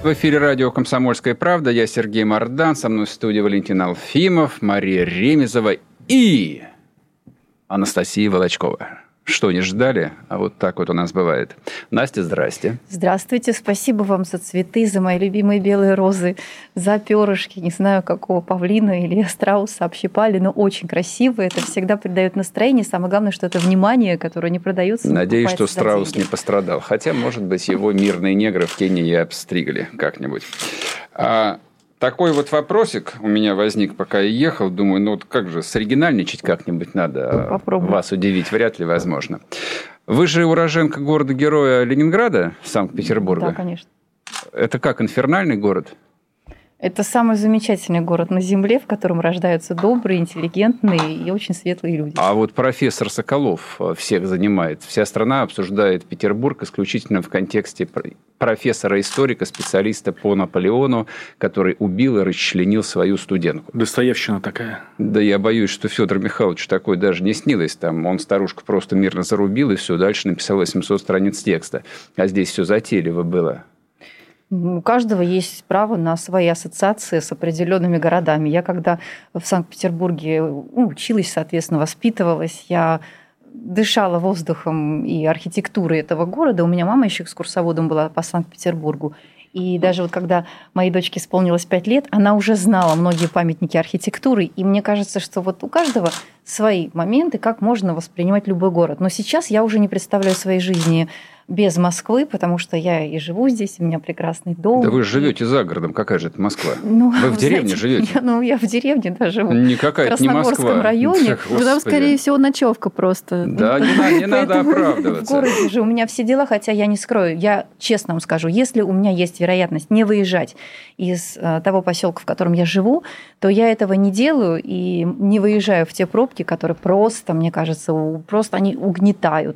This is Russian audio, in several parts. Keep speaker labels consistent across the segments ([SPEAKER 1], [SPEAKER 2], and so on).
[SPEAKER 1] В эфире радио «Комсомольская правда». Я Сергей Мардан. Со мной в студии Валентин Алфимов, Мария Ремезова и Анастасия Волочкова. Что, не ждали? А вот так вот у нас бывает. Настя, здрасте.
[SPEAKER 2] Здравствуйте. Спасибо вам за цветы, за мои любимые белые розы, за перышки. Не знаю, какого павлина или страуса общипали, но очень красиво. Это всегда придает настроение. Самое главное, что это внимание, которое не продается.
[SPEAKER 1] Надеюсь, что страус не пострадал. Хотя, может быть, его мирные негры в Кении и обстригли как-нибудь. Такой вот вопросик у меня возник, пока я ехал. Думаю, ну вот как же, соригинальничать как-нибудь надо.
[SPEAKER 2] Попробуем.
[SPEAKER 1] Вас удивить вряд ли возможно. Вы же уроженка города-героя Ленинграда, Санкт-Петербурга?
[SPEAKER 2] Да, конечно.
[SPEAKER 1] Это как, инфернальный город?
[SPEAKER 2] Это самый замечательный город на Земле, в котором рождаются добрые, интеллигентные и очень светлые люди.
[SPEAKER 1] А вот профессор Соколов всех занимает. Вся страна обсуждает Петербург исключительно в контексте профессора-историка, специалиста по Наполеону, который убил и расчленил свою студентку.
[SPEAKER 3] Достоевщина такая.
[SPEAKER 1] Да я боюсь, что Федор Михайлович такой даже не снилось. Там он старушку просто мирно зарубил, и все, дальше написал 800 страниц текста. А здесь все затейливо было.
[SPEAKER 2] У каждого есть право на свои ассоциации с определенными городами. Я когда в Санкт-Петербурге училась, соответственно, воспитывалась, я дышала воздухом и архитектурой этого города. У меня мама еще экскурсоводом была по Санкт-Петербургу. И даже вот когда моей дочке исполнилось 5 лет, она уже знала многие памятники архитектуры. И мне кажется, что вот у каждого свои моменты, как можно воспринимать любой город. Но сейчас я уже не представляю своей жизни без Москвы, потому что я и живу здесь, у меня прекрасный дом.
[SPEAKER 1] Да вы же живете за городом, какая же это Москва? Вы в деревне живете?
[SPEAKER 2] Я в деревне, да, живу.
[SPEAKER 1] Никакая это не Москва.
[SPEAKER 2] В Красногорском районе.
[SPEAKER 4] Там, скорее всего, ночевка просто.
[SPEAKER 1] Да, не надо оправдываться.
[SPEAKER 2] В городе же у меня все дела, хотя я не скрою. Я честно вам скажу, если у меня есть вероятность не выезжать из того поселка, в котором я живу, то я этого не делаю и не выезжаю в те пробки, которые просто, мне кажется, просто они угнетают.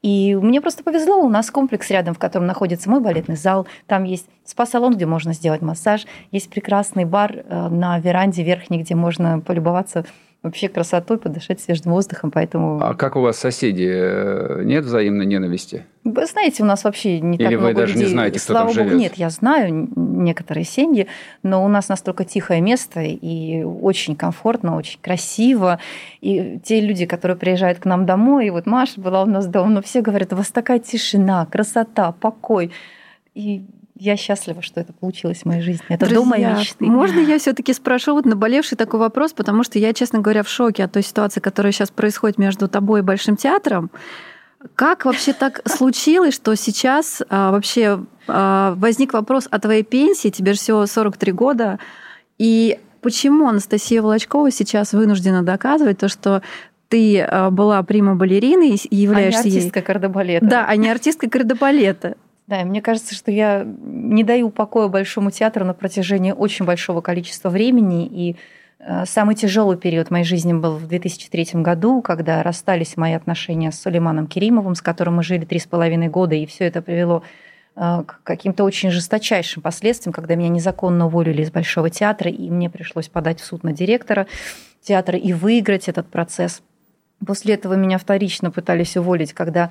[SPEAKER 2] И мне просто повезло, у нас комплекс рядом, в котором находится мой балетный зал, там есть спа-салон, где можно сделать массаж, есть прекрасный бар на веранде верхней, где можно полюбоваться вообще красотой, подышать свежим воздухом, поэтому...
[SPEAKER 1] А как у вас соседи? Нет взаимной ненависти?
[SPEAKER 2] Вы знаете, у нас вообще не так много людей.
[SPEAKER 1] Или вы даже не знаете, кто там живет?
[SPEAKER 2] Слава богу, нет, я знаю некоторые семьи, но у нас настолько тихое место и очень комфортно, очень красиво. И те люди, которые приезжают к нам домой, и вот Маша была у нас дома, но все говорят, у вас такая тишина, красота, покой. И я счастлива, что это получилось в моей жизни. Это
[SPEAKER 4] Друзья,
[SPEAKER 2] дом моей мечты.
[SPEAKER 4] Можно я все-таки спрошу вот наболевший такой вопрос, потому что я, честно говоря, в шоке от той ситуации, которая сейчас происходит между тобой и Большим театром. Как вообще так случилось, что сейчас вообще возник вопрос о твоей пенсии, тебе же всего 43 года, и почему Анастасия Волочкова сейчас вынуждена доказывать то, что ты была прима-балериной и являешься
[SPEAKER 2] ей... А не артисткой кардебалета.
[SPEAKER 4] Да, а не артисткой кардебалета.
[SPEAKER 2] Да, и мне кажется, что я не даю покоя Большому театру на протяжении очень большого количества времени. И самый тяжелый период моей жизни был в 2003 году, когда расстались мои отношения с Сулейманом Керимовым, с которым мы жили 3,5 года, и все это привело к каким-то очень жесточайшим последствиям, когда меня незаконно уволили из Большого театра, и мне пришлось подать в суд на директора театра и выиграть этот процесс. После этого меня вторично пытались уволить, когда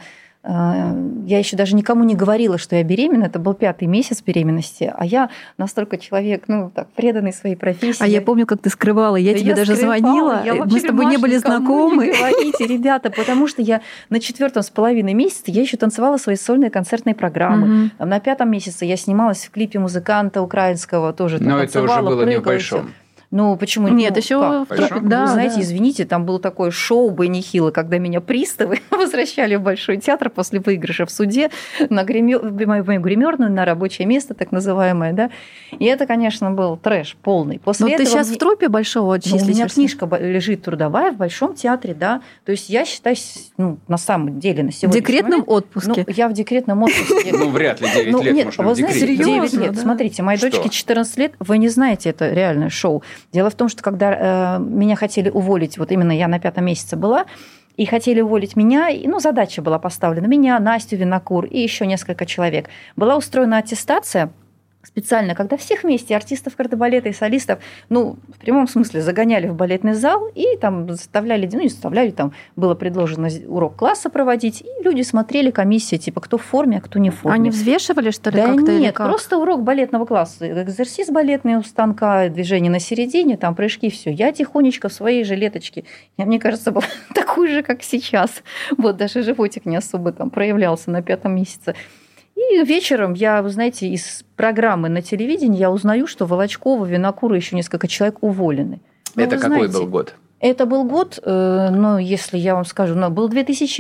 [SPEAKER 2] я еще даже никому не говорила, что я беременна. Это был 5-й месяц беременности, а я настолько человек, преданный своей профессии.
[SPEAKER 4] А я помню, как ты скрывала. Я тебе даже звонила. Мы с тобой не были знакомы.
[SPEAKER 2] Не говорите, ребята, потому что я на 4,5 месяце я еще танцевала свои сольные концертные программы. На 5-м месяце я снималась в клипе музыканта украинского, тоже танцевала,
[SPEAKER 1] это уже было не в Большом.
[SPEAKER 2] Ну, почему
[SPEAKER 4] нет? Еще
[SPEAKER 2] да, вы знаете, извините, там было такое шоу «Бенихило», когда меня приставы возвращали в Большой театр после выигрыша в суде на мою гримерную, на рабочее место, так называемое, да. И это, конечно, был трэш полный. После этого
[SPEAKER 4] ты сейчас в труппе Большого числишься?
[SPEAKER 2] У меня книжка лежит трудовая в Большом театре, да. То есть я считаюсь, на самом деле, на сегодня.
[SPEAKER 4] В декретном отпуске?
[SPEAKER 2] Я в декретном отпуске.
[SPEAKER 1] Вряд ли 9 лет
[SPEAKER 2] нет,
[SPEAKER 1] можно в декрете.
[SPEAKER 2] 9 лет. Смотрите, моей дочке 14 лет, вы не знаете, это реальное шоу. Дело в том, что когда меня хотели уволить, вот именно я на 5-м месяце была, и хотели уволить меня, задача была поставлена, меня, Настю Винокур и еще несколько человек. Была устроена аттестация специально, когда всех вместе, артистов кардебалета и солистов, в прямом смысле загоняли в балетный зал и там заставляли, там было предложено урок класса проводить, и люди смотрели, комиссия, типа, кто в форме, а кто не в форме.
[SPEAKER 4] Они взвешивали, что ли,
[SPEAKER 2] да
[SPEAKER 4] как-то?
[SPEAKER 2] Нет, просто урок балетного класса, экзерсис балетный у станка, движение на середине, там прыжки, все. Я тихонечко в своей жилеточке, мне кажется, была такой же, как сейчас. Вот даже животик не особо там проявлялся на 5-м месяце. И вечером я, вы знаете, из программы на телевидении я узнаю, что Волочкова, Винокур и еще несколько человек уволены.
[SPEAKER 1] Это какой был год?
[SPEAKER 2] Это был год, если я вам скажу, был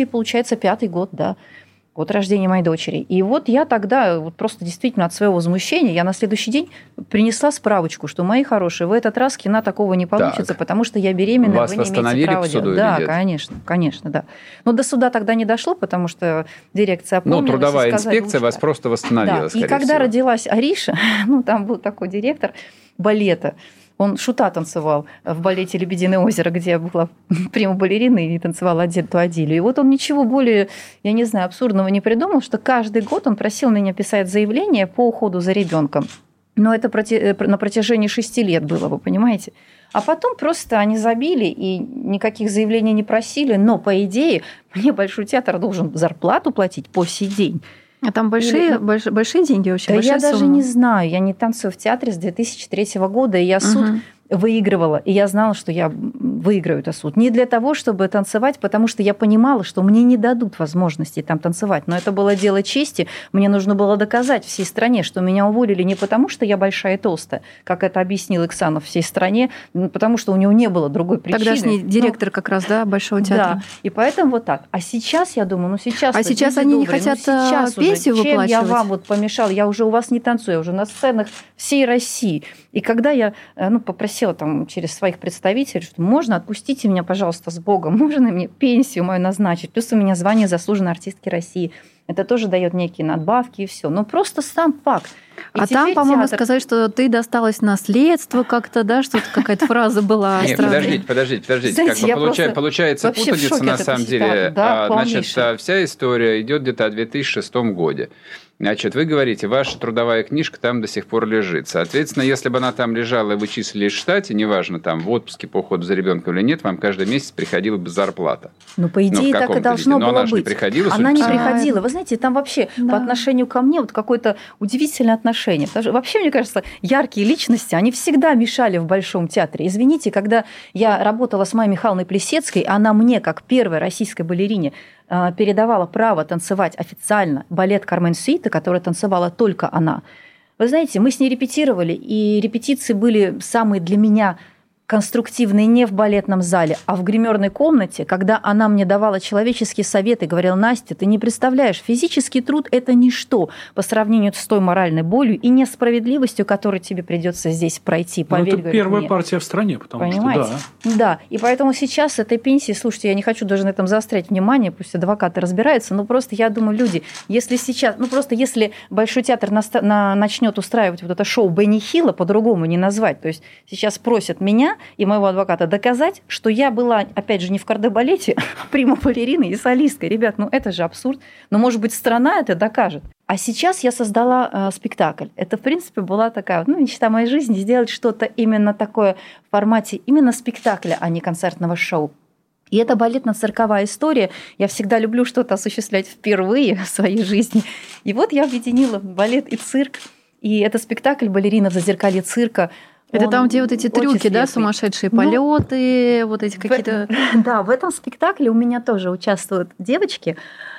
[SPEAKER 2] 2005 год, да. Год рождения моей дочери. И вот я тогда просто действительно от своего возмущения я на следующий день принесла справочку, что, мои хорошие, в этот раз кино такого не получится, потому что я беременна,
[SPEAKER 1] вас
[SPEAKER 2] вы не
[SPEAKER 1] восстановили
[SPEAKER 2] имеете права
[SPEAKER 1] к суду?
[SPEAKER 2] Да, конечно, да. Но до суда тогда не дошло, потому что дирекция опомнилась.
[SPEAKER 1] Трудовая инспекция вас просто восстановила,
[SPEAKER 2] да. И когда
[SPEAKER 1] всего.
[SPEAKER 2] Родилась Ариша, там был такой директор балета, он шута танцевал в балете «Лебединое озеро», где я была прима-балериной и танцевала Адельту Адилю. И вот он ничего более, я не знаю, абсурдного не придумал, что каждый год он просил меня писать заявление по уходу за ребенком. Но это на протяжении 6 лет было, вы понимаете? А потом просто они забили и никаких заявлений не просили. Но, по идее, мне Большой театр должен зарплату платить по сей день.
[SPEAKER 4] А там большие деньги вообще?
[SPEAKER 2] Да я даже не знаю. Я не танцую в театре с 2003 года, и я суд выигрывала. И я знала, что я выиграю этот суд. Не для того, чтобы танцевать, потому что я понимала, что мне не дадут возможности там танцевать. Но это было дело чести. Мне нужно было доказать всей стране, что меня уволили не потому, что я большая и толстая, как это объяснил Иксанов всей стране, потому что у него не было другой причины.
[SPEAKER 4] Тогдашний директор как раз, Большого театра.
[SPEAKER 2] Да, и поэтому вот так. А сейчас, я думаю, сейчас...
[SPEAKER 4] А сейчас они не хотят пенсию выплачивать?
[SPEAKER 2] Чем я вам помешала? Я уже у вас не танцую, я уже на сценах всей России. И когда я попросила там через своих представителей, что можно, отпустите меня, пожалуйста, с Богом, можно мне пенсию мою назначить, плюс у меня звание заслуженной артистки России. Это тоже дает некие надбавки и все. Но просто сам факт. И
[SPEAKER 4] там, по-моему, сказать, что ты досталось наследство как-то, да, что-то какая-то фраза была.
[SPEAKER 1] Нет, подождите.
[SPEAKER 2] Знаете,
[SPEAKER 1] получается путаница на самом деле.
[SPEAKER 2] Да,
[SPEAKER 1] значит, вся история идет где-то о 2006 году. Значит, вы говорите, ваша трудовая книжка там до сих пор лежит. Соответственно, если бы она там лежала, и вы числились в штате, неважно, там в отпуске по уходу за ребенком или нет, вам каждый месяц приходила бы зарплата.
[SPEAKER 2] По идее, так и должно было быть.
[SPEAKER 1] Но она же не приходила.
[SPEAKER 2] Она не приходила. Вы знаете, там вообще по отношению ко мне какое-то удивительное отношение. Потому что вообще, мне кажется, яркие личности, они всегда мешали в Большом театре. Извините, когда я работала с Майей Михайловной Плесецкой, она мне, как первой российской балерине, передавала право танцевать официально балет «Кармен Сюита», который танцевала только она. Вы знаете, мы с ней репетировали, и репетиции были самые для меня конструктивные не в балетном зале, а в гримерной комнате, когда она мне давала человеческие советы, говорила: Настя, ты не представляешь, физический труд – это ничто по сравнению с той моральной болью и несправедливостью, которой тебе придется здесь пройти. Поверь,
[SPEAKER 3] это первая партия в стране, потому
[SPEAKER 2] понимаете?
[SPEAKER 3] Что
[SPEAKER 2] да, и поэтому сейчас с этой пенсии, слушайте, я не хочу даже на этом заострять внимание, пусть адвокаты разбираются, но просто я думаю, люди, если сейчас, если Большой театр начнет устраивать вот это шоу Бенни Хилла, по-другому не назвать, то есть сейчас просят меня и моего адвоката доказать, что я была, опять же, не в кардебалете, а прима-балериной и солисткой. Ребят, это же абсурд. Но, может быть, страна это докажет. А сейчас я создала спектакль. Это, в принципе, была такая мечта моей жизни, сделать что-то именно такое в формате именно спектакля, а не концертного шоу. И это балетно-цирковая история. Я всегда люблю что-то осуществлять впервые в своей жизни. И вот я объединила балет и цирк. И это спектакль «Балерина в зазеркалье цирка».
[SPEAKER 4] Это там, где вот эти трюки, да, сумасшедшие полеты, вот эти какие-то...
[SPEAKER 2] Да, в этом спектакле у меня тоже участвуют девочки.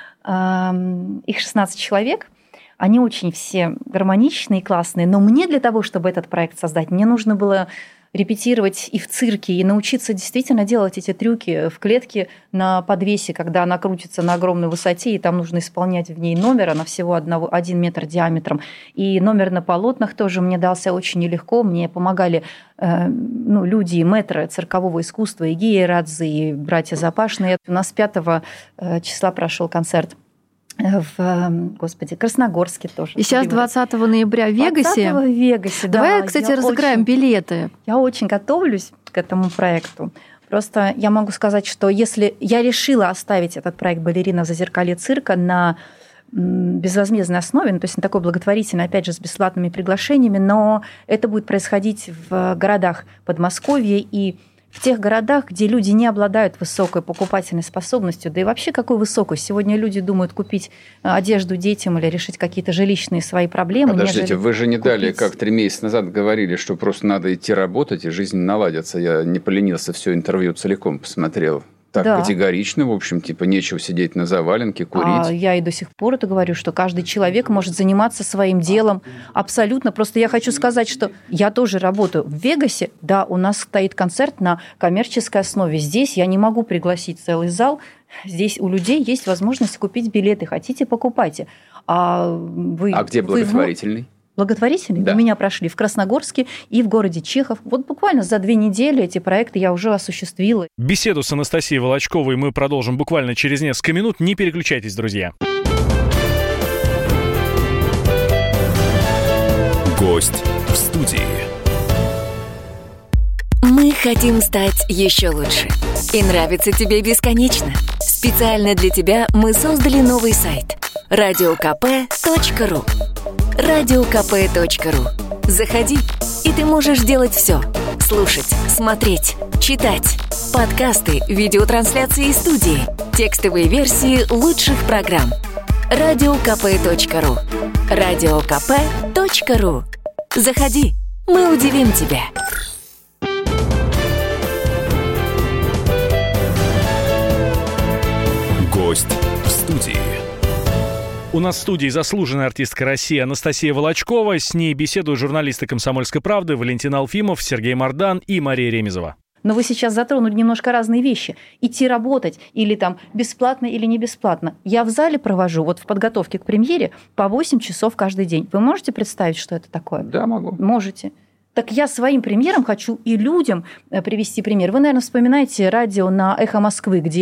[SPEAKER 2] Их 16 человек. Они очень все гармоничные, классные. Но мне для того, чтобы этот проект создать, мне нужно было репетировать и в цирке, и научиться действительно делать эти трюки в клетке на подвесе, когда она крутится на огромной высоте, и там нужно исполнять в ней номер, она всего 1 метр диаметром. И номер на полотнах тоже мне дался очень нелегко. Мне помогали люди, мэтры циркового искусства, и Гия Радзе, и братья Запашные. У нас 5 числа прошел концерт в Красногорске тоже.
[SPEAKER 4] И сейчас 20 ноября в Вегасе.
[SPEAKER 2] 20 в Вегасе, да.
[SPEAKER 4] Давай, кстати, разыграем билеты.
[SPEAKER 2] Я очень готовлюсь к этому проекту. Просто я могу сказать, что если я решила оставить этот проект «Балерина в зазеркалье цирка» на безвозмездной основе, то есть на такой благотворительной, опять же, с бесплатными приглашениями, но это будет происходить в городах Подмосковья и в тех городах, где люди не обладают высокой покупательной способностью, да и вообще какой высокой. Сегодня люди думают купить одежду детям или решить какие-то жилищные свои проблемы.
[SPEAKER 1] Подождите, вы же не дали, как 3 месяца назад говорили, что просто надо идти работать, и жизнь наладится. Я не поленился, все интервью целиком посмотрел. Так категорично, в общем, нечего сидеть на заваленке, курить.
[SPEAKER 2] Я и до сих пор это говорю, что каждый человек может заниматься своим делом абсолютно. Просто я хочу сказать, что я тоже работаю в Вегасе. Да, у нас стоит концерт на коммерческой основе. Здесь я не могу пригласить целый зал. Здесь у людей есть возможность купить билеты. Хотите, покупайте.
[SPEAKER 1] А где благотворительный?
[SPEAKER 2] Благотворительные у меня прошли в Красногорске и в городе Чехов. Вот буквально за 2 недели эти проекты я уже осуществила.
[SPEAKER 5] Беседу с Анастасией Волочковой мы продолжим буквально через несколько минут. Не переключайтесь, друзья.
[SPEAKER 6] Гость в студии.
[SPEAKER 7] Мы хотим стать еще лучше. И нравится тебе бесконечно. Специально для тебя мы создали новый сайт – radiokp.ru. radiokp.ru. Заходи, и ты можешь делать все. Слушать, смотреть, читать. Подкасты, видеотрансляции из студии, текстовые версии лучших программ. radiokp.ru. radiokp.ru. Заходи, мы удивим тебя.
[SPEAKER 6] Гость в студии.
[SPEAKER 5] У нас в студии заслуженная артистка России Анастасия Волочкова. С ней беседуют журналисты «Комсомольской правды» Валентин Алфимов, Сергей Мардан и Мария Ремезова.
[SPEAKER 2] Но вы сейчас затронули немножко разные вещи. Идти работать или бесплатно или не бесплатно. Я в зале провожу, в подготовке к премьере, по 8 часов каждый день. Вы можете представить, что это такое?
[SPEAKER 1] Да, могу.
[SPEAKER 2] Можете. Так я своим примером хочу и людям привести пример. Вы, наверное, вспоминаете радио на «Эхо Москвы», где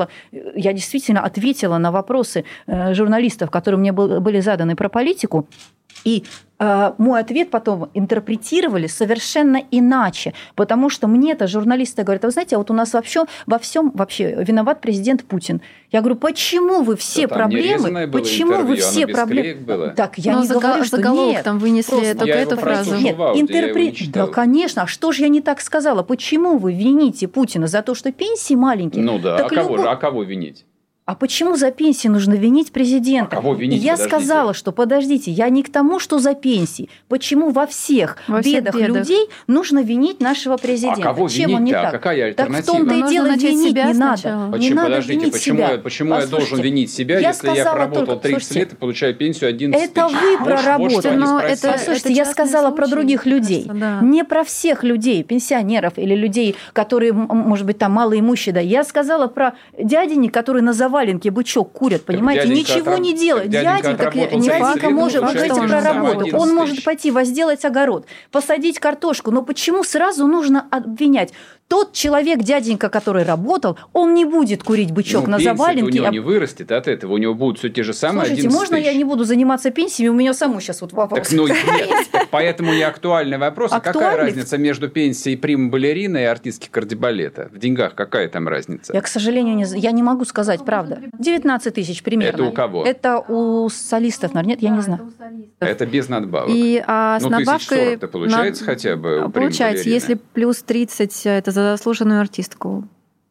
[SPEAKER 2] я действительно ответила на вопросы журналистов, которые мне были заданы про политику. И мой ответ потом интерпретировали совершенно иначе, потому что мне-то журналисты говорят: вы знаете, у нас во всем виноват президент Путин. Я говорю: почему вы все проблемы? Почему вы все проблемы?
[SPEAKER 4] Так я не говорю, что нет. Там вынесли только эту фразу.
[SPEAKER 2] Нет, да, конечно. А что же я не так сказала? Почему вы вините Путина за то, что пенсии маленькие?
[SPEAKER 1] Ну да. А кого винить?
[SPEAKER 2] А почему за пенсии нужно винить президента?
[SPEAKER 1] А кого винить?
[SPEAKER 2] Я сказала, что подождите, я не к тому, что за пенсии. Почему во всех бедах людей нужно винить нашего президента?
[SPEAKER 1] А кого
[SPEAKER 2] Чем
[SPEAKER 1] винить?
[SPEAKER 2] он не
[SPEAKER 1] так?
[SPEAKER 2] так?
[SPEAKER 1] Какая альтернатива?
[SPEAKER 2] Так в том-то и дело, винить не надо.
[SPEAKER 1] Почему я должен винить себя, если я проработал 30 лет и получаю пенсию 11 тысяч?
[SPEAKER 2] Это вы проработали. Слушайте, я сказала про других людей. Не про всех людей, пенсионеров или людей, которые, может быть, малоимущие. Я сказала про дяденек, которые на заваленке бычок курят, понимаете, ничего не делают. Дяденька может, вы говорите про работу, он может пойти возделать огород, посадить картошку, но почему сразу нужно обвинять? Тот человек, дяденька, который работал, он не будет курить бычок на заваленке.
[SPEAKER 1] У него не вырастет от этого, у него будут все те же самые 11
[SPEAKER 2] тысяч. Можно я не буду заниматься пенсиями? У меня самой сейчас вопрос.
[SPEAKER 1] Нет, поэтому не актуальный вопрос. Какая разница между пенсией прима-балерина и артистки кардебалета? В деньгах какая там разница?
[SPEAKER 2] Я, к сожалению, не могу сказать, правда. 19 тысяч примерно.
[SPEAKER 1] Это у кого?
[SPEAKER 2] Это у солистов, наверное. Нет, я не знаю.
[SPEAKER 1] Это без надбавок.
[SPEAKER 4] С надбавкой
[SPEAKER 1] 1040-то получается хотя бы у
[SPEAKER 4] получается, если плюс 30, это за заслуженную артистку.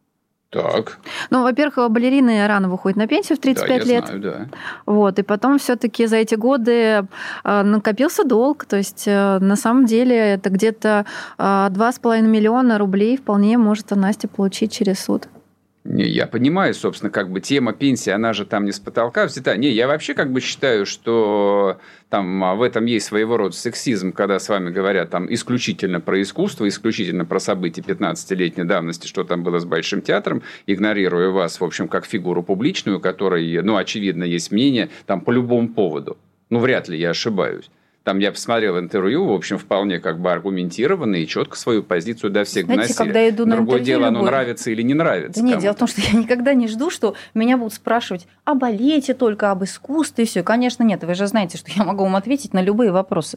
[SPEAKER 1] Так.
[SPEAKER 4] Во-первых, балерины рано выходят на пенсию в 35 лет.
[SPEAKER 1] Знаю, да.
[SPEAKER 4] И потом все-таки за эти годы накопился долг. То есть, на самом деле, это где-то 2,5 миллиона рублей вполне может Настя получить через суд.
[SPEAKER 1] Я понимаю, собственно, тема пенсии, она же там не с потолка взята. Я вообще считаю, что там в этом есть своего рода сексизм, когда с вами говорят исключительно про искусство, исключительно про события 15-летней давности, что там было с Большим театром, игнорируя вас, в общем, как фигуру публичную, у которой, очевидно, есть мнение по любому поводу. Вряд ли я ошибаюсь. Там я посмотрел интервью, в общем, вполне аргументированно и четко свою позицию до всех доносили.
[SPEAKER 2] Когда я иду на
[SPEAKER 1] Другое дело, оно нравится или не нравится.
[SPEAKER 2] Да нет, дело в том, что я никогда не жду, что меня будут спрашивать о балете только, об искусстве и все. Конечно, нет. Вы же знаете, что я могу вам ответить на любые вопросы.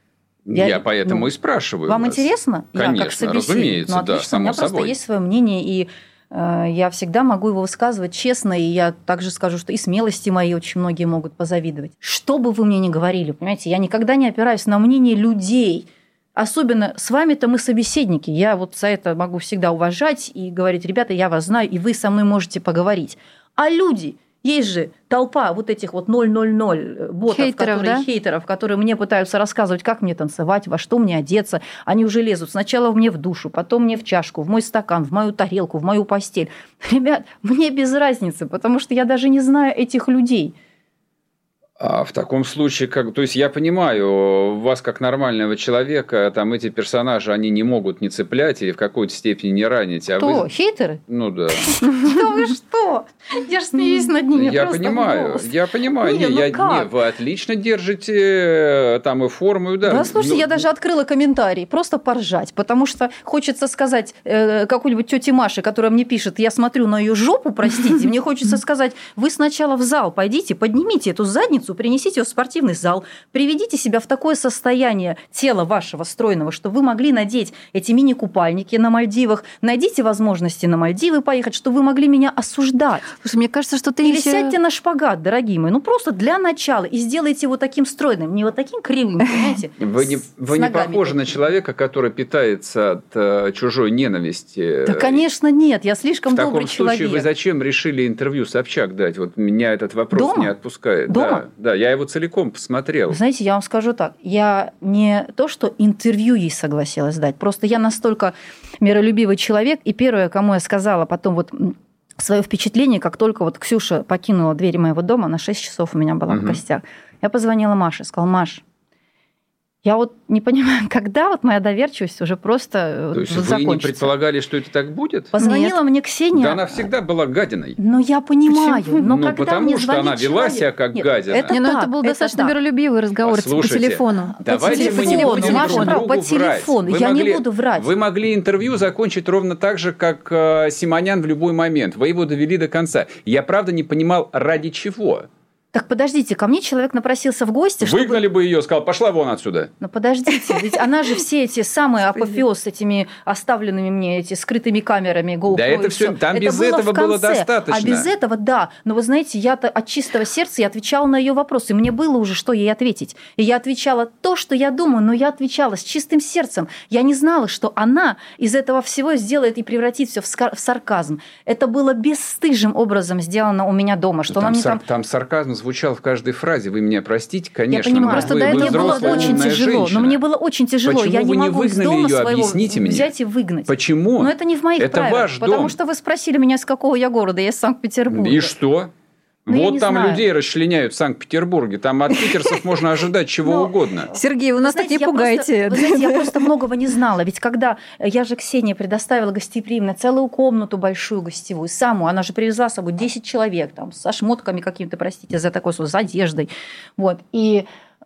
[SPEAKER 1] Я поэтому и спрашиваю
[SPEAKER 2] вам
[SPEAKER 1] вас.
[SPEAKER 2] интересно?
[SPEAKER 1] Конечно,
[SPEAKER 2] я как собеседник.
[SPEAKER 1] разумеется,
[SPEAKER 2] отлично,
[SPEAKER 1] да, само
[SPEAKER 2] у меня
[SPEAKER 1] собой.
[SPEAKER 2] просто есть свое мнение, и я всегда могу его высказывать честно, и я также скажу, что и смелости мои очень многие могут позавидовать. Что бы вы мне ни говорили, понимаете, я никогда не опираюсь на мнение людей. Особенно с вами-то мы собеседники. Я вот за это могу всегда уважать и говорить: ребята, я вас знаю, и вы со мной можете поговорить. А люди... Есть же толпа вот этих вот 000 ботов, хейтеров, которые мне пытаются рассказывать, как мне танцевать, во что мне одеться. Они уже лезут сначала мне в душу, потом мне в чашку, в мой стакан, в мою тарелку, в мою постель. Ребят, мне без разницы, потому что я даже не знаю этих людей.
[SPEAKER 1] А в таком случае, то есть я понимаю, вас как нормального человека, там эти персонажи, они не могут не цеплять или в какой-то степени не ранить.
[SPEAKER 2] Кто? Хейтеры?
[SPEAKER 1] Ну да.
[SPEAKER 2] Да вы что? Я же смеюсь над ними.
[SPEAKER 1] Я понимаю. Нет, вы отлично держите там и форму, и да.
[SPEAKER 2] Да, слушайте, я даже открыла комментарий, просто поржать, потому что хочется сказать какой-нибудь тете Маше, которая мне пишет: я смотрю на ее жопу, простите, мне хочется сказать: вы сначала в зал пойдите, поднимите эту задницу, принесите ее в спортивный зал, приведите себя в такое состояние тела вашего стройного, что вы могли надеть эти мини-купальники на Мальдивах, найдите возможности на Мальдивы поехать, чтобы вы могли меня осуждать.
[SPEAKER 4] Слушай, мне кажется, что ты
[SPEAKER 2] Или сядьте на шпагат, дорогие мои, просто для начала, и сделайте его таким стройным, не вот таким кривым, понимаете?
[SPEAKER 1] Вы не похожи на человека, который питается от чужой ненависти.
[SPEAKER 2] Да, конечно, нет, я слишком добрый человек.
[SPEAKER 1] В таком случае вы зачем решили интервью Собчак дать? Вот меня этот вопрос не отпускает.
[SPEAKER 2] Дома?
[SPEAKER 1] Да, я его целиком посмотрел.
[SPEAKER 2] Знаете, я вам скажу так, я не то, что интервью ей согласилась дать, просто я настолько миролюбивый человек, и первое, кому я сказала потом вот свое впечатление, как только вот Ксюша покинула двери моего дома, на 6 часов у меня была в гостях, я позвонила Маше, сказала: Маш, я вот не понимаю, когда вот моя доверчивость уже просто
[SPEAKER 1] То есть
[SPEAKER 2] закончится.
[SPEAKER 1] Вы не предполагали, что это так будет?
[SPEAKER 2] Позвонила мне Ксения.
[SPEAKER 1] Да она всегда была гадиной.
[SPEAKER 2] Но я понимаю. Но когда
[SPEAKER 1] потому
[SPEAKER 2] мне
[SPEAKER 1] что она вела
[SPEAKER 2] человек...
[SPEAKER 1] себя как гадина.
[SPEAKER 4] Это был достаточно миролюбивый разговор по телефону.
[SPEAKER 1] Давайте мы не будем друг другу
[SPEAKER 2] по телефону. Я не буду врать.
[SPEAKER 1] Вы могли интервью закончить ровно так же, как Симонян в любой момент. Вы его довели до конца. Я правда не понимал, ради чего.
[SPEAKER 2] Так подождите, ко мне человек напросился в гости,
[SPEAKER 1] Выгнали бы ее, сказал: пошла вон отсюда.
[SPEAKER 2] Но подождите, ведь она же все эти самые апофеоз с этими оставленными мне эти скрытыми камерами GoPro.
[SPEAKER 1] Да это все, там без этого было достаточно.
[SPEAKER 2] А без этого, да. Но вы знаете, я-то от чистого сердца я отвечала на ее вопросы. Мне было уже что ей ответить. И я отвечала то, что я думаю, но я отвечала с чистым сердцем. Я не знала, что она из этого всего сделает и превратит все в сарказм. Это было бесстыжим образом сделано у меня дома. Что
[SPEAKER 1] там сарказм звучал в каждой фразе. Вы меня простите, конечно.
[SPEAKER 2] Я понимаю, просто мне было очень тяжело. Но мне было очень тяжело.
[SPEAKER 1] Почему
[SPEAKER 2] я не могу
[SPEAKER 1] выгнали
[SPEAKER 2] из дома
[SPEAKER 1] ее?
[SPEAKER 2] Своего
[SPEAKER 1] Объясните мне.
[SPEAKER 2] взять и выгнать.
[SPEAKER 1] Почему?
[SPEAKER 2] Но это не в моих правилах.
[SPEAKER 1] Ваш дом.
[SPEAKER 2] Потому что вы спросили меня, с какого я города. Я из Санкт-Петербурга.
[SPEAKER 1] И что? Вот там
[SPEAKER 2] знаю.
[SPEAKER 1] людей расчленяют в Санкт-Петербурге. Там от питерцев можно ожидать чего угодно.
[SPEAKER 4] Сергей, вы нас так не пугайте.
[SPEAKER 2] Вы знаете, я просто многого не знала. Ведь когда я же Ксении предоставила гостеприимно целую комнату большую гостевую, самую, она же привезла с собой 10 человек там, со шмотками какими-то, простите, за такой, с одеждой. Вот. И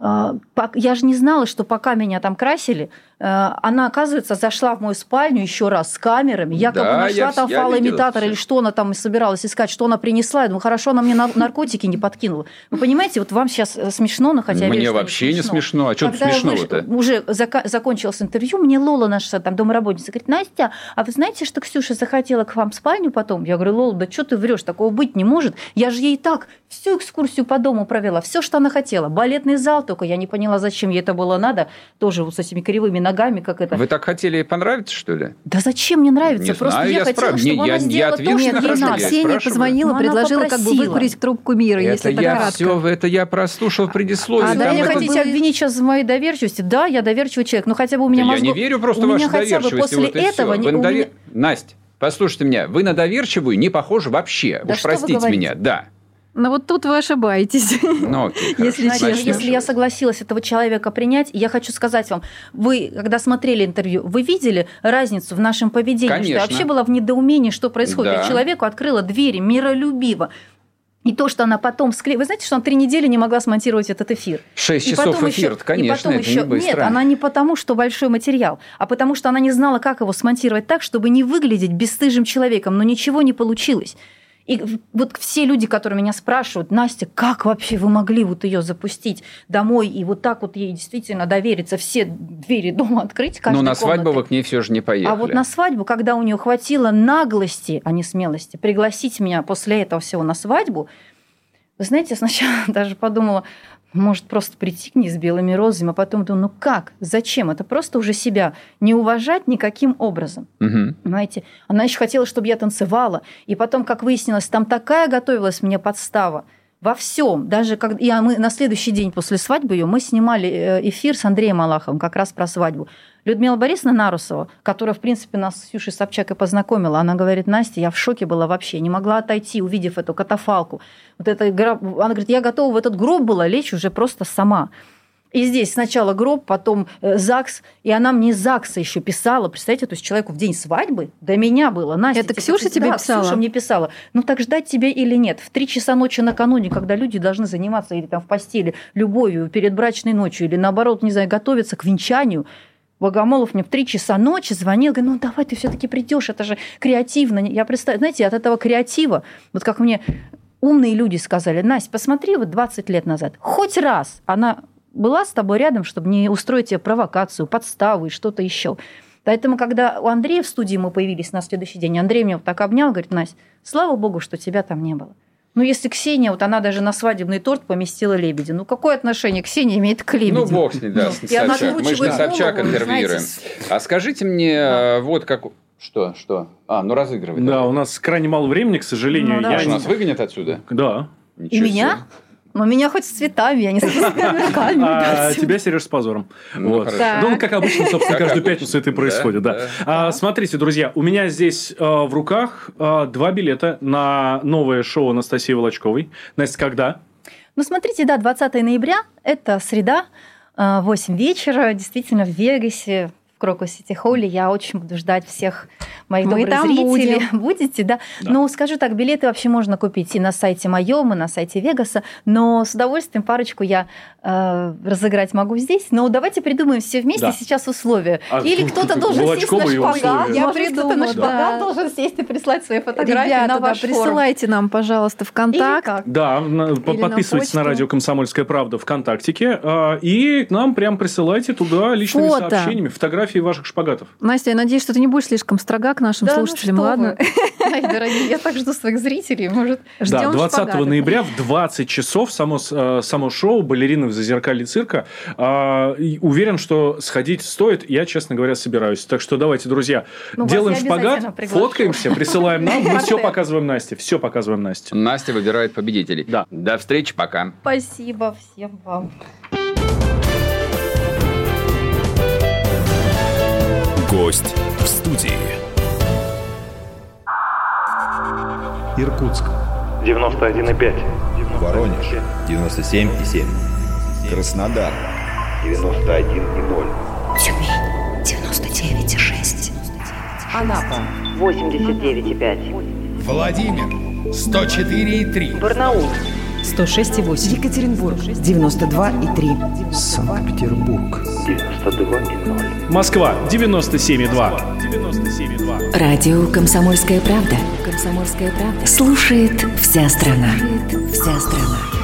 [SPEAKER 2] я же не знала, что пока меня там красили, она, оказывается, зашла в мою спальню еще раз с камерами. Якобы нашла там фалоимитатор или что она там собиралась искать, что она принесла. Я думаю, хорошо, она мне наркотики не подкинула. Вы понимаете, вот вам сейчас смешно, но хотя
[SPEAKER 1] мне вообще не смешно. А что тут смешного-то?
[SPEAKER 2] Уже закончилось интервью, мне Лола, наша там домработница, говорит: Настя, а вы знаете, что Ксюша захотела к вам в спальню потом? Я говорю: Лола, да что ты врешь, такого быть не может. Я же ей так всю экскурсию по дому провела, все, что она хотела. Балетный зал, только я не поняла, зачем ей это было надо, тоже вот с этими кривыми ногами, как это.
[SPEAKER 1] Вы так хотели ей понравиться, что ли?
[SPEAKER 2] Да зачем мне нравится?
[SPEAKER 1] Не
[SPEAKER 2] Просто
[SPEAKER 1] знаю,
[SPEAKER 2] я хотела, чтобы она сделала то, что ей надо.
[SPEAKER 4] Ксения позвонила, предложила как бы выкурить трубку мира, если это кратко.
[SPEAKER 1] Это я прослушал предисловие.
[SPEAKER 2] Да, вы хотите обвинить сейчас в моей доверчивости? Да, я доверчивый человек, но хотя бы у меня мозгов...
[SPEAKER 1] Я не верю просто в вашу доверчивость.
[SPEAKER 2] После этого...
[SPEAKER 1] Настя, послушайте меня, вы на доверчивую не похожи вообще. Уж простите меня, да.
[SPEAKER 4] Но вот тут вы ошибаетесь, если честно.
[SPEAKER 2] Если я согласилась этого человека принять, я хочу сказать вам, вы, когда смотрели интервью, вы видели разницу в нашем поведении?
[SPEAKER 1] Конечно.
[SPEAKER 2] Что я вообще была в недоумении, что происходит.
[SPEAKER 1] Да.
[SPEAKER 2] Я человеку открыла двери миролюбиво. И то, что она потом склеила... Вы знаете, что она 3 недели не могла смонтировать этот эфир?
[SPEAKER 1] 6 часов эфир, конечно, это не быстро.
[SPEAKER 2] Нет, она не потому, что большой материал, а потому, что она не знала, как его смонтировать так, чтобы не выглядеть бесстыжим человеком. Но ничего не получилось. И вот все люди, которые меня спрашивают: Настя, как вообще вы могли вот ее запустить домой и вот так вот ей действительно довериться, все двери дома открыть, каждой
[SPEAKER 1] Но на
[SPEAKER 2] комнаты?
[SPEAKER 1] свадьбу вы к ней все же не поехали.
[SPEAKER 2] А вот на свадьбу, когда у нее хватило наглости, а не смелости, пригласить меня после этого всего на свадьбу, вы знаете, сначала даже подумала, может просто прийти к ней с белыми розами, а потом думаю, ну как, зачем? Это просто уже себя не уважать никаким образом. Понимаете? Она еще хотела, чтобы я танцевала. И потом, как выяснилось, там такая готовилась мне подстава во всем. Даже когда мы на следующий день после свадьбы ее мы снимали эфир с Андреем Малаховым как раз про свадьбу. Людмила Борисовна Нарусова, которая, в принципе, нас с Ксюшей Собчак и познакомила, она говорит: Настя, я в шоке была вообще, не могла отойти, увидев эту катафалку. Вот это, она говорит, я готова в этот гроб была лечь уже просто сама. И здесь сначала гроб, потом ЗАГС, и она мне из ЗАГСа еще писала. Представляете, то есть человеку в день свадьбы до меня было. Настя,
[SPEAKER 4] это Ксюша тебе писала?
[SPEAKER 2] Ксюша мне писала. Ну так ждать тебя или нет? В 3 часа ночи накануне, когда люди должны заниматься или там в постели любовью перед брачной ночью, или наоборот, не знаю, готовиться к венчанию, Богомолов мне в 3 часа ночи звонил, говорит, ну давай ты все-таки придешь, это же креативно. Я представляю, знаете, от этого креатива, вот как мне умные люди сказали: Настя, посмотри, вот 20 лет назад, хоть раз она была с тобой рядом, чтобы не устроить тебе провокацию, подставу и что-то еще. Поэтому, когда у Андрея в студии мы появились на следующий день, Андрей меня вот так обнял, говорит: Настя, слава богу, что тебя там не было. Ну, если Ксения, вот она даже на свадебный торт поместила лебедя, ну, какое отношение Ксения имеет к лебедю?
[SPEAKER 1] Ну, бог с ней, да, Собчак. Мы же на Собчак интервьюируем. А скажите мне, вот как... Что? А, ну разыгрывать.
[SPEAKER 3] Да, у нас крайне мало времени, к сожалению.
[SPEAKER 2] Ну,
[SPEAKER 1] Нас выгонят отсюда?
[SPEAKER 3] Да.
[SPEAKER 2] И меня? Но меня хоть с цветами, я не с руками.
[SPEAKER 3] А тебя, Сереж, с позором. Ну, как обычно, собственно, каждую пятницу это и происходит. Да. Смотрите, друзья, у меня здесь в руках 2 билета на новое шоу Анастасии Волочковой. Настя, когда?
[SPEAKER 2] Ну, смотрите, да, 20 ноября, это среда, 8 вечера, действительно, в Вегасе, в Крокус-Сити-Холле. Я очень буду ждать всех моих добрых зрителей. Будете, да? Ну, скажу так, билеты вообще можно купить и на сайте моем, и на сайте Вегаса, но с удовольствием парочку я разыграть могу здесь. Но давайте придумаем все вместе сейчас условия. Или кто-то должен сесть на шпагат. Я кто-то на шпагат должен сесть и прислать свои фотографии на ваш форум.
[SPEAKER 4] Присылайте нам, пожалуйста, ВКонтакте.
[SPEAKER 3] Да, подписывайтесь на радио «Комсомольская правда» ВКонтактике и к нам прям присылайте туда личными сообщениями, фотографии ваших шпагатов.
[SPEAKER 4] Настя, я надеюсь, что ты не будешь слишком строга к нашим слушателям, ладно?
[SPEAKER 2] Ай, дорогие, я так жду своих зрителей. Может,
[SPEAKER 3] ждем 20 ноября в 20 часов само шоу «Балерины в зазеркалье цирка». Уверен, что сходить стоит. Я, честно говоря, собираюсь. Так что давайте, друзья, делаем шпагат, фоткаемся, присылаем нам. Мы все показываем Насте. Все показываем Насте.
[SPEAKER 1] Настя выбирает победителей.
[SPEAKER 3] Да.
[SPEAKER 1] До встречи, пока.
[SPEAKER 2] Спасибо всем вам.
[SPEAKER 6] Гость в студии.
[SPEAKER 8] Иркутск
[SPEAKER 9] 91,5.
[SPEAKER 8] Воронеж 97,7. Краснодар
[SPEAKER 9] 91,0.
[SPEAKER 7] Тюмень 99,6.
[SPEAKER 10] Анапа 89,5.
[SPEAKER 8] Владимир 104,3.
[SPEAKER 10] Барнаул
[SPEAKER 11] 106,8. Екатеринбург 92,3.
[SPEAKER 8] Санкт-Петербург
[SPEAKER 9] 92,0.
[SPEAKER 3] Москва 97,2.
[SPEAKER 7] Радио «Комсомольская правда». «Комсомольская правда». Слушает вся страна.